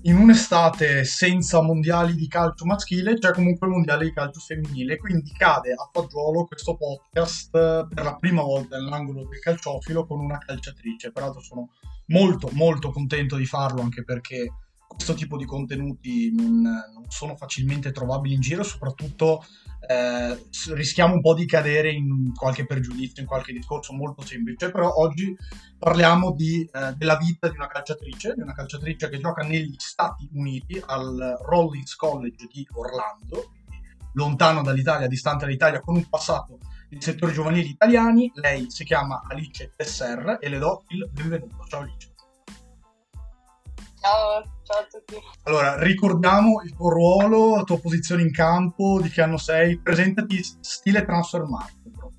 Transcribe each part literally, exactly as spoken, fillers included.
in un'estate senza mondiali di calcio maschile c'è comunque il mondiale di calcio femminile, quindi cade a fagiolo questo podcast eh, per la prima volta nell'angolo del calciofilo con una calciatrice. Peraltro sono molto molto contento di farlo, anche perché questo tipo di contenuti non, non sono facilmente trovabili in giro, soprattutto eh, s- rischiamo un po' di cadere in qualche pregiudizio, in qualche discorso molto semplice, però oggi parliamo di, eh, della vita di una calciatrice, di una calciatrice che gioca negli Stati Uniti al Rollins College di Orlando, quindi lontano dall'Italia, distante dall'Italia, con un passato nei settori giovanili italiani. Lei si chiama Alice Tesser e le do il benvenuto. Ciao Alice. Ciao, ciao a tutti. Allora, ricordiamo il tuo ruolo, la tua posizione in campo, di che anno sei, presentati stile transfer market proprio.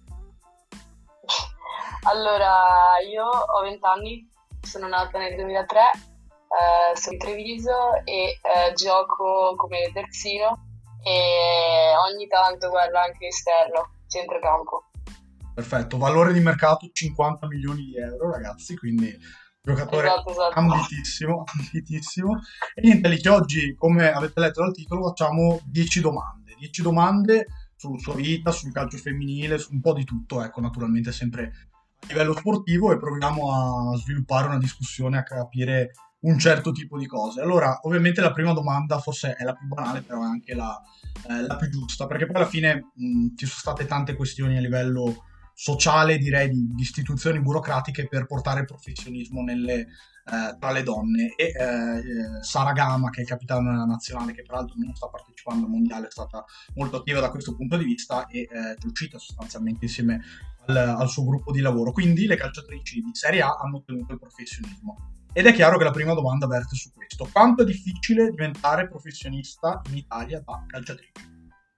Allora, io ho venti anni, sono nata nel duemilatré, eh, sono di Treviso e eh, gioco come terzino e ogni tanto guardo anche esterno, centrocampo. Perfetto, valore di mercato cinquanta milioni di euro, ragazzi, quindi giocatore Esatto, esatto. ambitissimo, ambitissimo. E niente, Alice, oggi, come avete letto dal titolo, facciamo dieci domande. dieci domande sulla sua vita, sul calcio femminile, su un po' di tutto, ecco, naturalmente sempre a livello sportivo, e proviamo a sviluppare una discussione, a capire un certo tipo di cose. Allora, ovviamente la prima domanda forse è la più banale, però è anche la, eh, la più giusta, perché poi alla fine mh, ci sono state tante questioni a livello sociale, direi, di, di istituzioni burocratiche per portare il professionismo nelle, eh, tra le donne. E eh, eh, Sara Gama, che è capitano della nazionale, che peraltro non sta partecipando al mondiale, è stata molto attiva da questo punto di vista e eh, è uscita sostanzialmente insieme al, al suo gruppo di lavoro. Quindi le calciatrici di Serie A hanno ottenuto il professionismo. Ed è chiaro che la prima domanda verte su questo: quanto è difficile diventare professionista in Italia da calciatrice?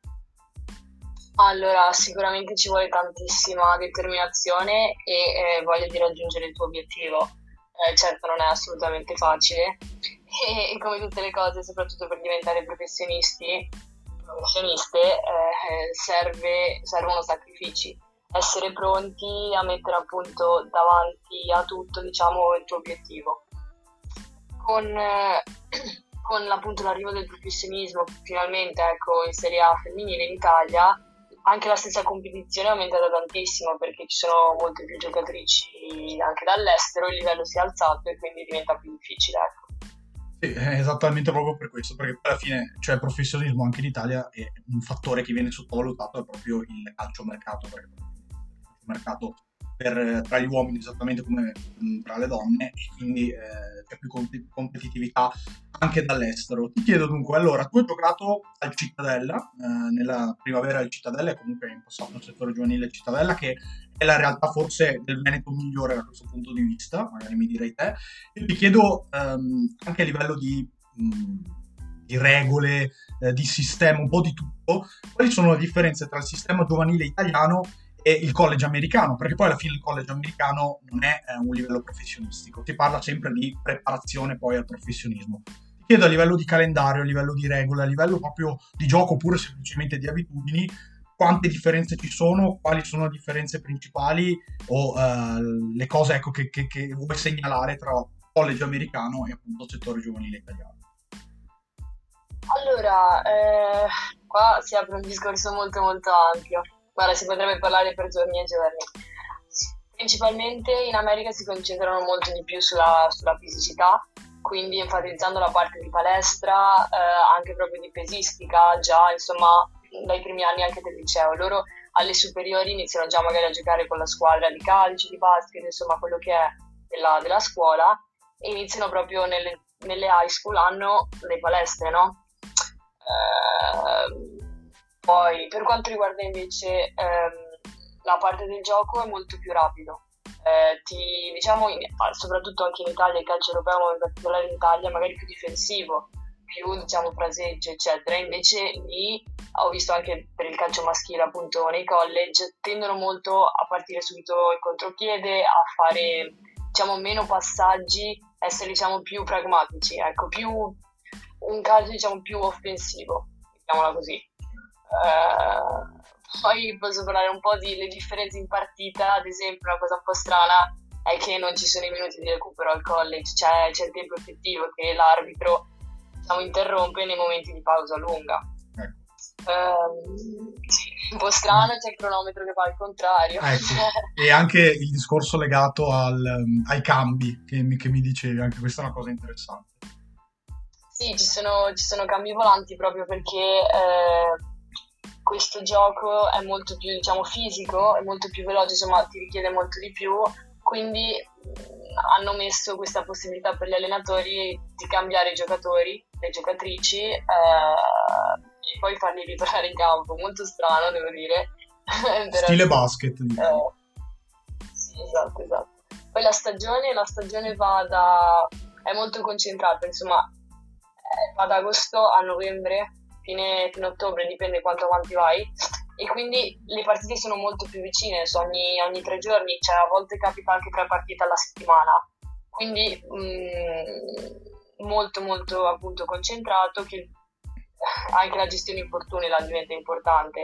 Allora, sicuramente ci vuole tantissima determinazione e eh, voglia di raggiungere il tuo obiettivo. Eh, certo non è assolutamente facile e, e come tutte le cose, soprattutto per diventare professionisti, professioniste, eh, serve, servono sacrifici. Essere pronti a mettere appunto davanti a tutto, diciamo, il tuo obiettivo. Con, eh, con appunto l'arrivo del professionismo, finalmente ecco, in Serie A femminile in Italia, anche la stessa competizione è aumentata tantissimo perché ci sono molte più giocatrici anche dall'estero, il livello si è alzato e quindi diventa più difficile, ecco. Sì, è esattamente proprio per questo, perché poi alla fine, cioè, il professionismo anche in Italia è un fattore che viene sottovalutato, è proprio il calciomercato, perché il mercato per, tra gli uomini esattamente come mh, tra le donne, e quindi eh, c'è più comp- competitività anche dall'estero. Ti chiedo dunque, allora, tu hai giocato al Cittadella, eh, nella primavera del Cittadella, e comunque in passato nel settore giovanile del Cittadella, che è la realtà forse del Veneto migliore da questo punto di vista, magari mi direi te. Io ti chiedo ehm, anche a livello di, mh, di regole, eh, di sistema, un po' di tutto, quali sono le differenze tra il sistema giovanile italiano e il college americano? Perché poi alla fine il college americano non è eh, un livello professionistico, si parla sempre di preparazione poi al professionismo. Ti chiedo a livello di calendario, a livello di regole, a livello proprio di gioco, oppure semplicemente di abitudini, quante differenze ci sono, quali sono le differenze principali o eh, le cose, ecco, che, che, che vuoi segnalare tra college americano e appunto settore giovanile italiano. Allora, eh, qua si apre un discorso molto molto ampio. Guarda, si potrebbe parlare per giorni e giorni. Principalmente in America si concentrano molto di più sulla, sulla fisicità, quindi enfatizzando la parte di palestra, eh, anche proprio di pesistica, già insomma dai primi anni anche del liceo. Loro alle superiori iniziano già magari a giocare con la squadra di calcio, di basket, insomma quello che è della, della scuola, e iniziano proprio nelle, nelle high school, hanno le palestre, no? Ehm, Poi per quanto riguarda invece ehm, la parte del gioco è molto più rapido. Eh, ti, diciamo, in- ah, soprattutto anche in Italia, il calcio europeo, ma in particolare in Italia, magari più difensivo, più diciamo fraseggio, eccetera. Invece lì ho visto anche per il calcio maschile, appunto, nei college, tendono molto a partire subito il contropiede, a fare diciamo meno passaggi, essere diciamo più pragmatici, ecco, più un calcio diciamo più offensivo, mettiamola così. Eh, Poi posso parlare un po' di le differenze in partita, ad esempio una cosa un po' strana è che non ci sono i minuti di recupero al college, cioè c'è il tempo effettivo che l'arbitro diciamo, interrompe nei momenti di pausa lunga. Ecco. Ehm, sì, un po' strano, c'è il cronometro che va al contrario. Ecco. E anche il discorso legato al, um, ai cambi che mi, che mi dicevi, anche questa è una cosa interessante. Sì, ci sono, ci sono cambi volanti proprio perché eh, questo gioco è molto più, diciamo, fisico, è molto più veloce, insomma ti richiede molto di più, quindi mh, hanno messo questa possibilità per gli allenatori di cambiare i giocatori, le giocatrici, eh, e poi farli ritornare in campo. Molto strano, devo dire. Però, Stile basket. Eh, sì, esatto, esatto. Poi la stagione, la stagione va da... è molto concentrata, insomma, eh, va da agosto a novembre, fine, fine ottobre, dipende quanto avanti vai, e quindi le partite sono molto più vicine, so, ogni, ogni tre giorni, cioè a volte capita anche tre partite alla settimana, quindi mh, molto molto appunto concentrato, che anche la gestione infortuni la diventa importante.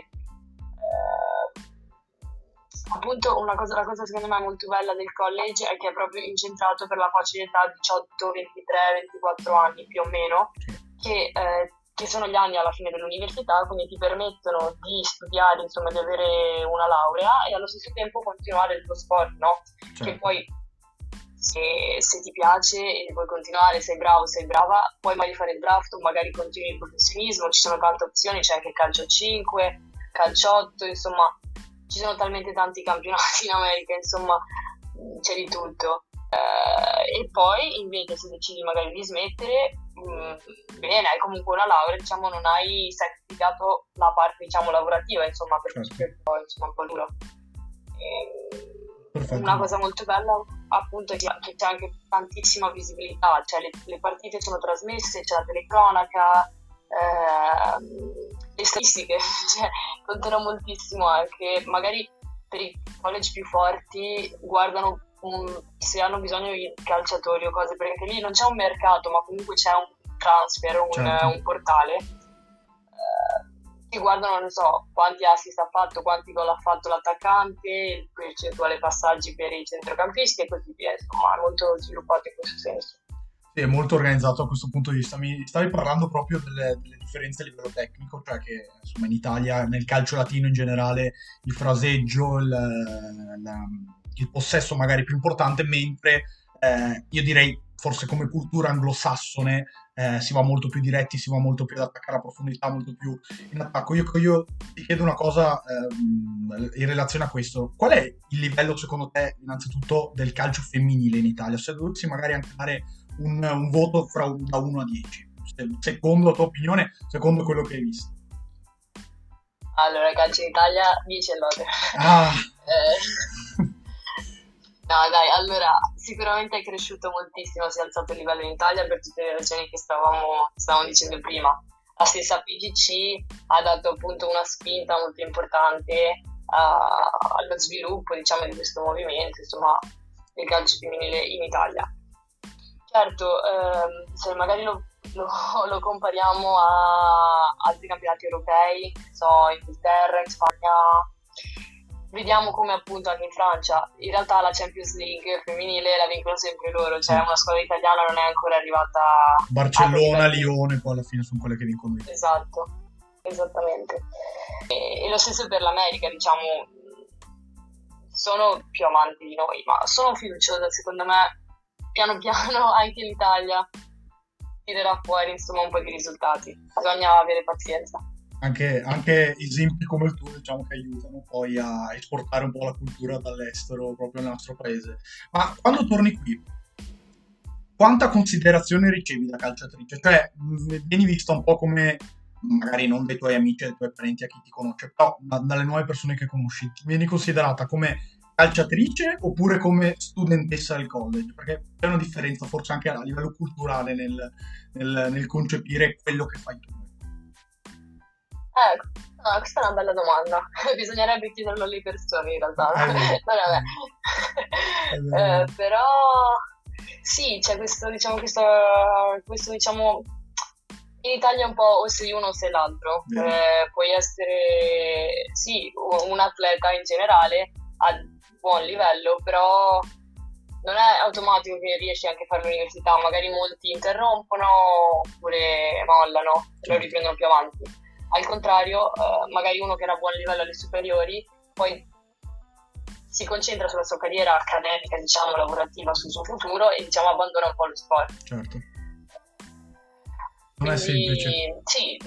Eh, appunto una cosa, la cosa secondo me molto bella del college è che è proprio incentrato per la facile età diciotto, ventitré, ventiquattro anni più o meno, che, eh, che sono gli anni alla fine dell'università, quindi ti permettono di studiare, insomma di avere una laurea e allo stesso tempo continuare il tuo sport, no? Certo. Che poi se, se ti piace e vuoi continuare, sei bravo, sei brava, poi vai a fare il draft o magari continui il professionismo, ci sono tante opzioni, c'è anche calcio cinque, calcio otto, insomma ci sono talmente tanti campionati in America, insomma c'è di tutto. Eh, e poi invece se decidi magari di smettere, mh, bene, hai comunque una laurea, diciamo non hai sacrificato la parte diciamo lavorativa, insomma per questo è un po', insomma, un po' duro. E, una cosa molto bella appunto è che c'è anche tantissima visibilità, cioè le, le partite sono trasmesse, c'è la telecronaca, eh, le statistiche, cioè contano moltissimo anche, magari per i college più forti guardano un, se hanno bisogno di calciatori o cose, perché lì non c'è un mercato ma comunque c'è un transfer, un, certo. un portale, eh, che guardano, non so, quanti assist ha fatto, quanti gol ha fatto l'attaccante, il percentuale passaggi per i centrocampisti e così via, insomma è molto sviluppato in questo senso. Sì, è molto organizzato a questo punto di vista. Mi stavi parlando proprio delle, delle differenze a livello tecnico, cioè che insomma in Italia, nel calcio latino in generale, il fraseggio, il, la, il possesso magari più importante, mentre eh, io direi forse come cultura anglosassone eh, si va molto più diretti, si va molto più ad attaccare a profondità, molto più in attacco. Io, io ti chiedo una cosa ehm, in relazione a questo. Qual è il livello secondo te, innanzitutto, del calcio femminile in Italia? Se dovessi magari anche dare un, un voto fra un, da uno a dieci, secondo la tua opinione, secondo quello che hai visto. Allora, calcio in Italia dieci e lode. Ah. eh, no dai, allora sicuramente è cresciuto moltissimo, si è alzato il livello in Italia per tutte le ragioni che stavamo, stavamo dicendo prima. La stessa P G C ha dato appunto una spinta molto importante uh, allo sviluppo, diciamo, di questo movimento, insomma, del calcio femminile in Italia. Certo, ehm, se magari lo, lo, lo compariamo a altri campionati europei, so, Inghilterra, in Spagna, vediamo come appunto anche in Francia, in realtà la Champions League femminile la vincono sempre loro, cioè una squadra italiana non è ancora arrivata... Barcellona, Lione, poi alla fine sono quelle che vincono. Esatto, esattamente. E, e lo stesso per l'America, diciamo, sono più avanti di noi, ma sono fiduciosa, secondo me. Piano piano anche l'Italia tirerà fuori insomma un po' di risultati, bisogna avere pazienza. Anche, anche esempi come il tuo, diciamo, che aiutano poi a esportare un po' la cultura dall'estero proprio nel nostro paese. Ma quando torni qui, quanta considerazione ricevi da calciatrice? Cioè, vieni vista un po' come, magari non dai tuoi amici, dai tuoi parenti, a chi ti conosce, però da, dalle nuove persone che conosci, vieni considerata come calciatrice oppure come studentessa del college? Perché c'è una differenza forse anche a livello culturale nel, nel, nel concepire quello che fai tu. Ecco, no, questa è una bella domanda. Bisognerebbe chiederlo alle persone in realtà, eh, non a me. eh, però sì, c'è questo, diciamo, questo, questo diciamo in Italia un po' o sei uno o sei l'altro. Eh, puoi essere sì un atleta in generale a buon livello, però non è automatico che riesci anche a fare l'università, magari molti interrompono oppure mollano e lo riprendono più avanti. Al contrario, eh, magari uno che era a buon livello alle superiori, poi si concentra sulla sua carriera accademica, diciamo, lavorativa, sul suo futuro e diciamo abbandona un po' lo sport. Certo. Non Quindi, è semplice. Sì,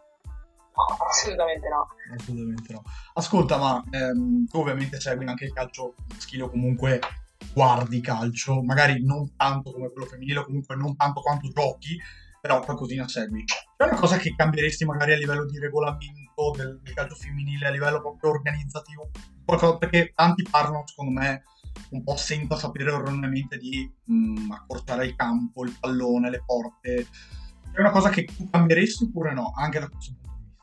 no, assolutamente no. Assolutamente no. Ascolta, ma ehm, tu ovviamente segui anche il calcio maschile o comunque guardi calcio, magari non tanto come quello femminile o comunque non tanto quanto giochi, però qualcosina segui. C'è una cosa che cambieresti magari a livello di regolamento del, del calcio femminile, a livello proprio organizzativo? Qualcosa, perché tanti parlano, secondo me, un po' senza sapere erroneamente di mh, accorciare il campo, il pallone, le porte. C'è una cosa che tu cambieresti oppure no? Anche da questo punto di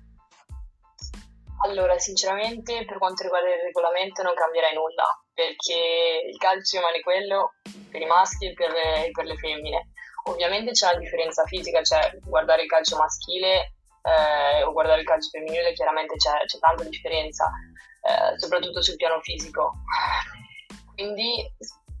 vista. Allora, sinceramente, per quanto riguarda il regolamento non cambierei nulla, perché il calcio rimane quello per i maschi e per le, per le femmine. Ovviamente c'è una differenza fisica, cioè guardare il calcio maschile eh, o guardare il calcio femminile chiaramente c'è, c'è tanta differenza, eh, soprattutto sul piano fisico. Quindi,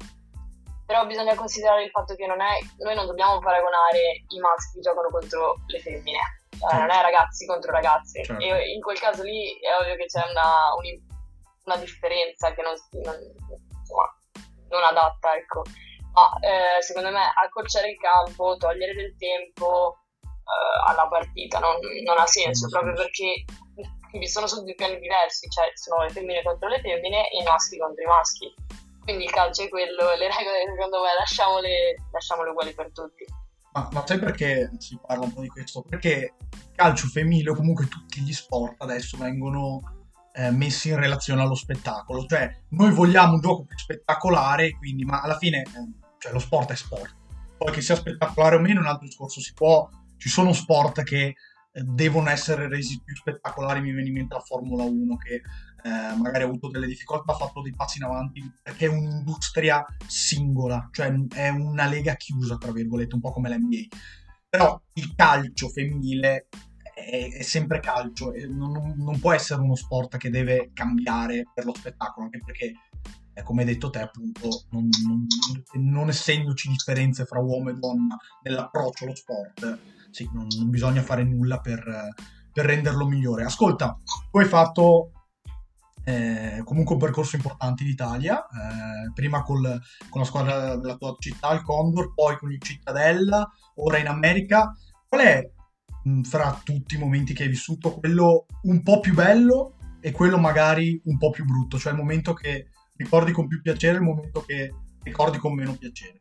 però bisogna considerare il fatto che non è, noi non dobbiamo paragonare i maschi che giocano contro le femmine, cioè, certo. Non è ragazzi contro ragazze, certo. E in quel caso lì è ovvio che c'è una, un, una differenza che non, non, insomma, non adatta, ecco. Ma eh, secondo me accorciare il campo, togliere del tempo eh, alla partita non, non ha senso, non proprio senso. Perché sono su due piani diversi, cioè sono le femmine contro le femmine e i maschi contro i maschi. Quindi il calcio è quello, le regole secondo me lasciamole, lasciamole uguali per tutti. Ma, ma sai perché si parla un po' di questo? Perché il calcio femminile o comunque tutti gli sport adesso vengono eh, messi in relazione allo spettacolo. Cioè noi vogliamo un gioco più spettacolare, quindi, ma alla fine eh, cioè, lo sport è sport. Poi che sia spettacolare o meno è un altro discorso. Si può, ci sono sport che eh, devono essere resi più spettacolari. Mi viene in mente la Formula uno che Eh, magari ha avuto delle difficoltà, ha fatto dei passi in avanti perché è un'industria singola, cioè è una lega chiusa tra virgolette, un po' come l'N B A. Però il calcio femminile è, è sempre calcio e non, non può essere uno sport che deve cambiare per lo spettacolo, anche perché eh, come hai detto te appunto non, non, non essendoci differenze fra uomo e donna nell'approccio allo sport, sì, non, non bisogna fare nulla per, per renderlo migliore. Ascolta, tu hai fatto Eh, comunque un percorso importante in Italia, eh, prima col, con la squadra della tua città, il Condor, poi con il Cittadella, ora in America. Qual è, mh, fra tutti i momenti che hai vissuto, quello un po' più bello e quello magari un po' più brutto? Cioè il momento che ricordi con più piacere e il momento che ricordi con meno piacere?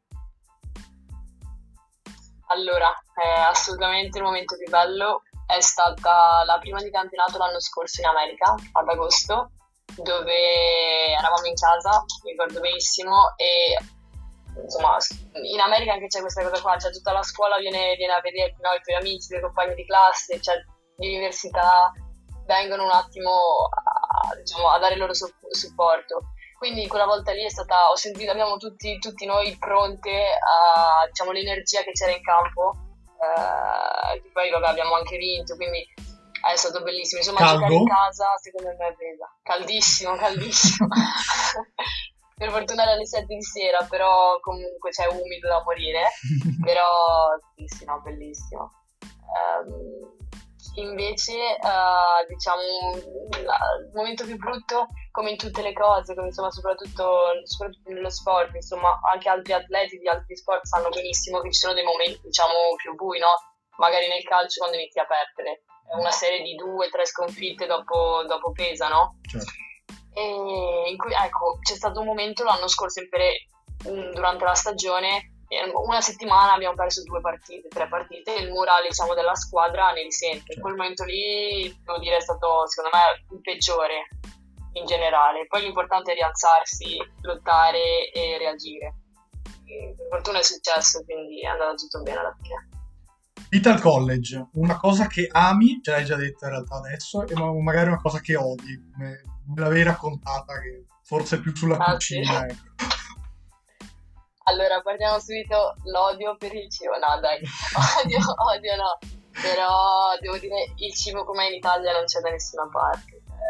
Allora, eh, assolutamente il momento più bello è stata la prima di campionato l'anno scorso in America, ad agosto, dove eravamo in casa, mi ricordo benissimo, e insomma in America anche c'è questa cosa qua, cioè tutta la scuola viene, viene a vedere, no, i tuoi amici, i tuoi compagni di classe, cioè di università vengono un attimo a, diciamo, a dare il loro so- supporto. Quindi quella volta lì è stata, ho sentito, abbiamo tutti, tutti noi pronte a, diciamo, l'energia che c'era in campo, eh, che poi vabbè abbiamo anche vinto, quindi è stato bellissimo. Insomma, Caldo? giocare in casa secondo me è presa. Caldissimo, caldissimo. Per fortuna era alle sette di sera, però comunque c'è umido da morire. Però sì, sì, no, bellissimo. Um, invece, uh, diciamo, il momento più brutto, come in tutte le cose, come insomma, soprattutto, soprattutto nello sport, insomma, anche altri atleti di altri sport sanno benissimo che ci sono dei momenti, diciamo, più bui, no? Magari nel calcio quando inizi a perdere. Una serie di due, tre sconfitte dopo, dopo pesa, no? Certo. E in cui, ecco, c'è stato un momento l'anno scorso, sempre durante la stagione, una settimana abbiamo perso due partite, tre partite, e il morale, diciamo, della squadra ne risente. Certo. Quel momento lì, devo dire, è stato, secondo me, il peggiore in generale. Poi l'importante è rialzarsi, lottare e reagire. E per fortuna è successo, quindi è andato tutto bene alla fine. Vita al college, una cosa che ami, ce l'hai già detta in realtà adesso, e magari una cosa che odi, me, me l'avevi raccontata, che forse è più sulla ah, cucina. Sì. Ecco. Allora, partiamo subito, l'odio per il cibo, no dai, odio, odio no, però devo dire il cibo com'è in Italia non c'è da nessuna parte, per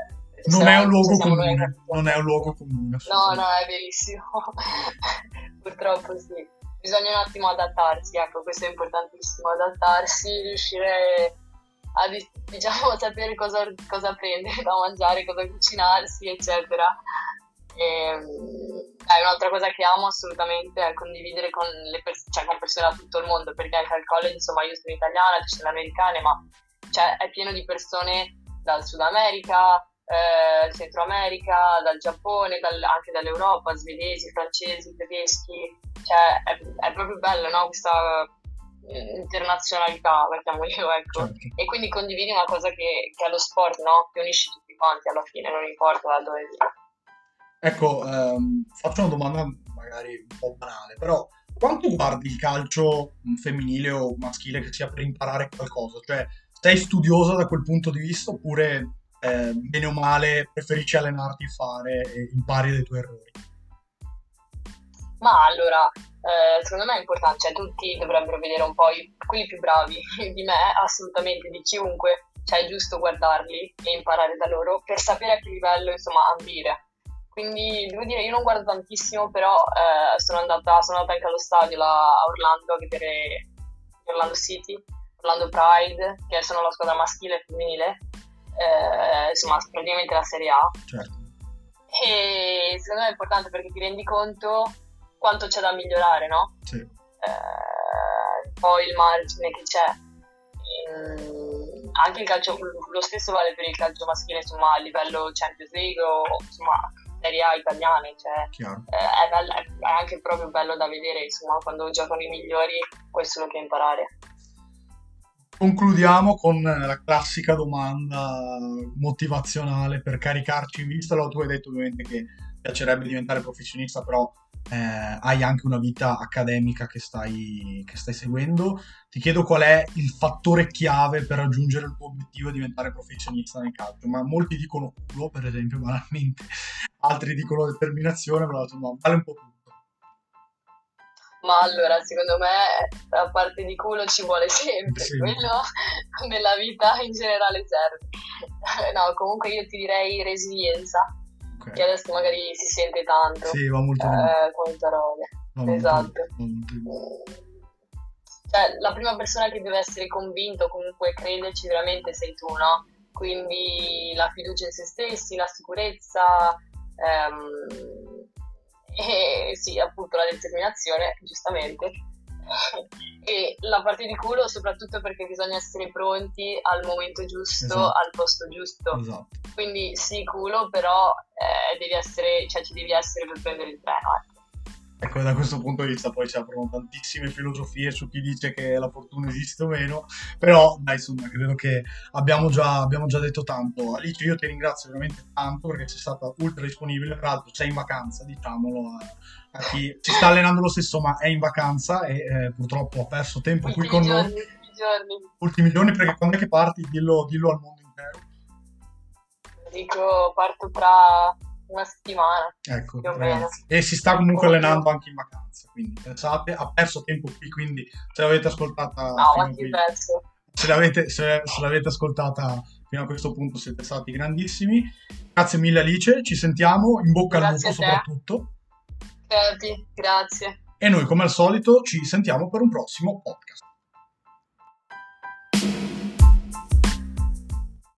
Non è un luogo cioè, siamo noi a comune, capire. non è un luogo comune. No, assolutamente. no, è verissimo. Purtroppo sì. Bisogna un attimo adattarsi, ecco, questo è importantissimo, adattarsi, riuscire a di- diciamo sapere cosa, cosa prendere da mangiare, cosa cucinarsi, eccetera. E, eh, un'altra cosa che amo assolutamente è condividere con le pers- cioè, con persone da tutto il mondo, perché anche al college, insomma, io sono italiana, ci sono americane, ma cioè, è pieno di persone dal Sud America, eh, Centro America, dal Giappone, dal- anche dall'Europa, svedesi, francesi, tedeschi, cioè è, è proprio bello, no? Questa eh, internazionalità, mettiamolo, ecco. Certo. E quindi condividi una cosa che, che è lo sport, no? Che unisce tutti quanti alla fine, non importa da dove vieni. Ecco, ehm, faccio una domanda magari un po' banale, però quanto guardi il calcio mh, femminile o maschile che sia per imparare qualcosa? Cioè, sei studiosa da quel punto di vista oppure eh, bene o male preferisci allenarti a fare e impari dai tuoi errori? Ma allora, eh, secondo me è importante, cioè tutti dovrebbero vedere un po' i- quelli più bravi di me, assolutamente di chiunque, cioè è giusto guardarli e imparare da loro per sapere a che livello, insomma, ambire. Quindi devo dire, io non guardo tantissimo, però eh, sono andata, sono andata anche allo stadio là a Orlando a vedere Orlando City, Orlando Pride, che sono la squadra maschile e femminile, eh, insomma, praticamente la Serie A. Certo, E secondo me è importante perché ti rendi conto quanto c'è da migliorare, no? sì, Eh, poi il margine che c'è. Ehm, anche il calcio, lo stesso vale per il calcio maschile, insomma, a livello Champions League o insomma Serie A italiane, cioè chiaro. eh, è, bello- è anche proprio bello da vedere, insomma, quando giocano i migliori, puoi solo che imparare. Concludiamo con la classica domanda motivazionale per caricarci in vista. Allora, tu hai detto ovviamente che piacerebbe diventare professionista, però eh, hai anche una vita accademica che stai, che stai seguendo. Ti chiedo qual è il fattore chiave per raggiungere il tuo obiettivo di diventare professionista nel calcio. Ma molti dicono culo, per esempio, banalmente, altri dicono determinazione, però insomma, vale un po' tutto. Ma allora, secondo me, la parte di culo ci vuole sempre, Sì, quello nella vita in generale serve. No, comunque io ti direi resilienza, che ok. adesso magari si sente tanto Sì, va molto di moda. eh, come parole. Va molto, Esatto. va molto di moda. Cioè, la prima persona che deve essere convinto, comunque crederci veramente sei tu, no? Quindi la fiducia in se stessi, la sicurezza, ehm, e sì, appunto la determinazione, giustamente. E la parte di culo soprattutto perché bisogna essere pronti al momento giusto, Esatto, al posto giusto. esatto. Quindi sì, culo, però eh, devi essere, cioè ci devi essere per prendere il treno, ecco. Ecco, da questo punto di vista poi si aprono tantissime filosofie su chi dice che la fortuna esiste o meno, però dai, insomma, credo che abbiamo già, abbiamo già detto tanto. Alice, io ti ringrazio veramente tanto perché sei stata ultra disponibile, tra l'altro sei in vacanza, diciamolo a, a chi si sta allenando lo stesso, ma è in vacanza e eh, purtroppo ha perso tempo qui Ultimi con noi. giorni, ultimi giorni. Ultimi giorni, perché quando è che parti? Dillo, dillo al mondo intero. Dico, parto tra una settimana, Ecco, più o meno. ragazzi. E si sta comunque O allenando più. anche in vacanza, quindi pensate, ha perso tempo qui, quindi se l'avete ascoltata No, fino ma a che qui, pezzo. se l'avete, se, se l'avete ascoltata fino a questo punto siete stati grandissimi. Grazie mille Alice, ci sentiamo, in bocca al lupo Grazie a te. soprattutto. Crepi, grazie. E noi come al solito ci sentiamo per un prossimo podcast.